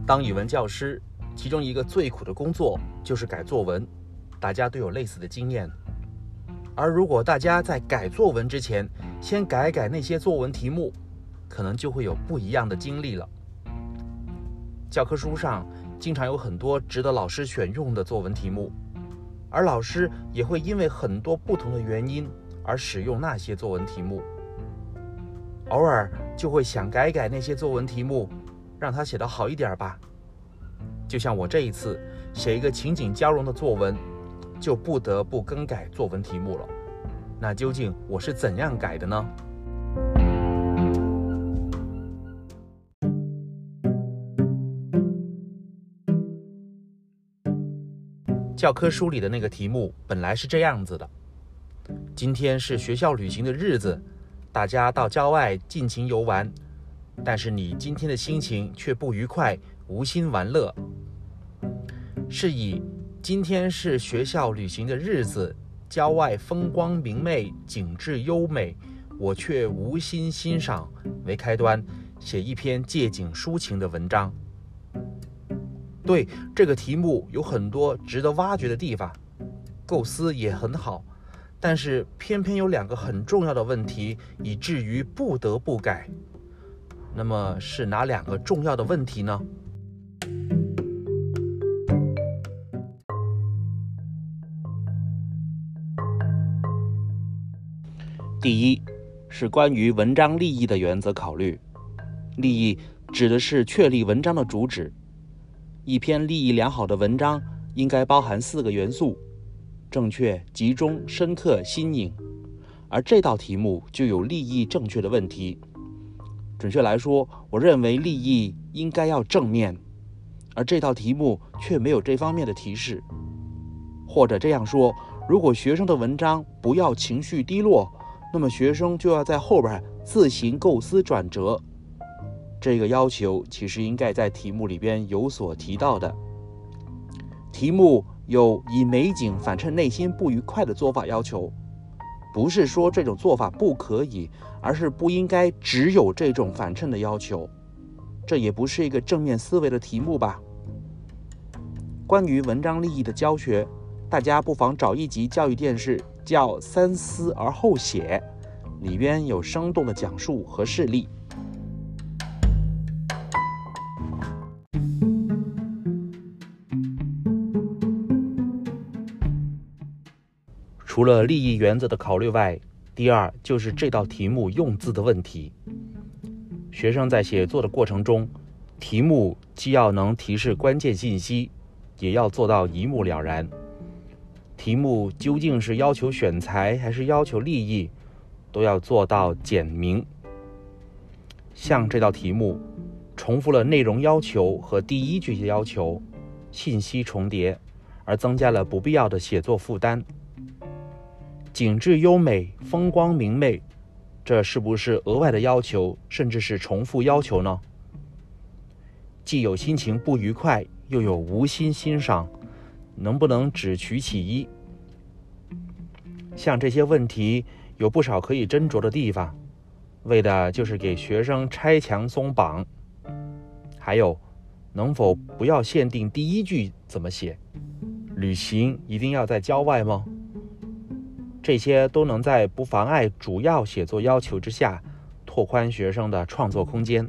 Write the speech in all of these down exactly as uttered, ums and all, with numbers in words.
当语文教师，其中一个最苦的工作就是改作文，大家都有类似的经验。而如果大家在改作文之前，先改改那些作文题目，可能就会有不一样的经历了。教科书上经常有很多值得老师选用的作文题目，而老师也会因为很多不同的原因而使用那些作文题目。偶尔就会想改改那些作文题目，让它写得好一点吧。就像我这一次写一个情景交融的作文，就不得不更改作文题目了。那究竟我是怎样改的呢？教科书里的那个题目本来是这样子的：今天是学校旅行的日子，大家到郊外尽情游玩，但是你今天的心情却不愉快，无心玩乐。是以今天是学校旅行的日子，郊外风光明媚，景致优美，我却无心欣赏为开端，写一篇借景抒情的文章。对，这个题目有很多值得挖掘的地方，构思也很好，但是偏偏有两个很重要的问题，以至于不得不改。那么是哪两个重要的问题呢？第一，是关于文章立意的原则考虑。立意指的是确立文章的主旨。一篇立意良好的文章应该包含四个元素：正确、集中、深刻、新颖。而这道题目就有立意正确的问题。准确来说，我认为立意应该要正面，而这道题目却没有这方面的提示。或者这样说，如果学生的文章不要情绪低落，那么学生就要在后边自行构思转折。这个要求其实应该在题目里边有所提到的。题目有以美景反衬内心不愉快的做法要求，不是说这种做法不可以，而是不应该只有这种反衬的要求。这也不是一个正面思维的题目吧。关于文章立意的教学，大家不妨找一集教育电视叫《三思而后写》，里边有生动的讲述和事例。除了立意原则的考虑外，第二就是这道题目用字的问题。学生在写作的过程中，题目既要能提示关键信息，也要做到一目了然。题目究竟是要求选材还是要求立意，都要做到简明。像这道题目重复了内容要求和第一句的要求，信息重叠，而增加了不必要的写作负担。景致优美，风光明媚，这是不是额外的要求，甚至是重复要求呢？既有心情不愉快，又有无心欣赏，能不能只取其一？像这些问题有不少可以斟酌的地方，为的就是给学生拆墙松绑。还有，能否不要限定第一句怎么写？旅行一定要在郊外吗？这些都能在不妨碍主要写作要求之下，拓宽学生的创作空间。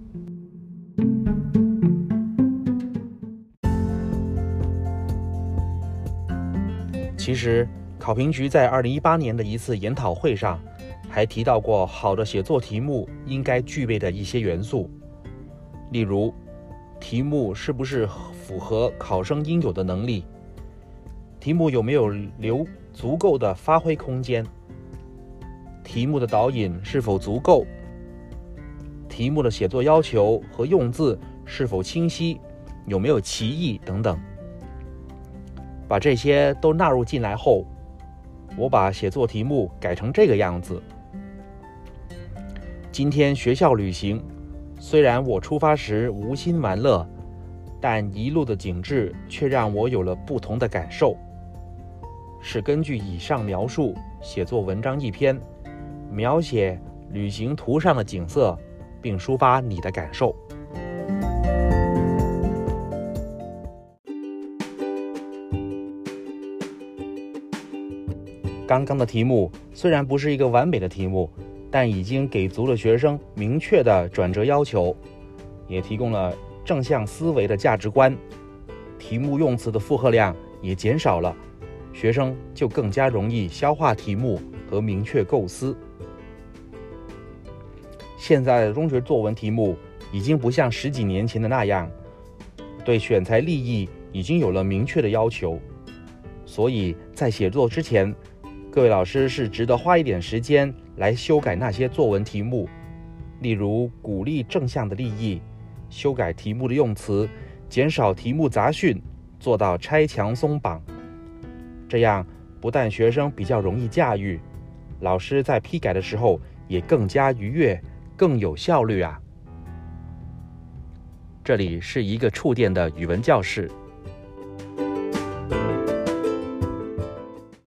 其实，考评局在二零一八年的一次研讨会上，还提到过好的写作题目应该具备的一些元素，例如，题目是不是符合考生应有的能力？题目有没有留足够的发挥空间？题目的导引是否足够？题目的写作要求和用字是否清晰？有没有歧义等等？把这些都纳入进来后，我把写作题目改成这个样子：今天学校旅行，虽然我出发时无心玩乐，但一路的景致却让我有了不同的感受。是根据以上描述写作文章一篇，描写旅行途上的景色，并抒发你的感受。 刚刚的题目虽然不是一个完美的题目，但已经给足了学生明确的转折要求，也提供了正向思维的价值观，题目用词的负荷量也减少了，学生就更加容易消化题目和明确构思。现在的中学作文题目已经不像十几年前的那样，对选材立意已经有了明确的要求，所以在写作之前，各位老师是值得花一点时间来修改那些作文题目，例如鼓励正向的立意，修改题目的用词，减少题目杂讯，做到拆墙松绑。这样不但学生比较容易驾驭，老师在批改的时候也更加愉悦，更有效率啊！这里是一个触电的语文教室。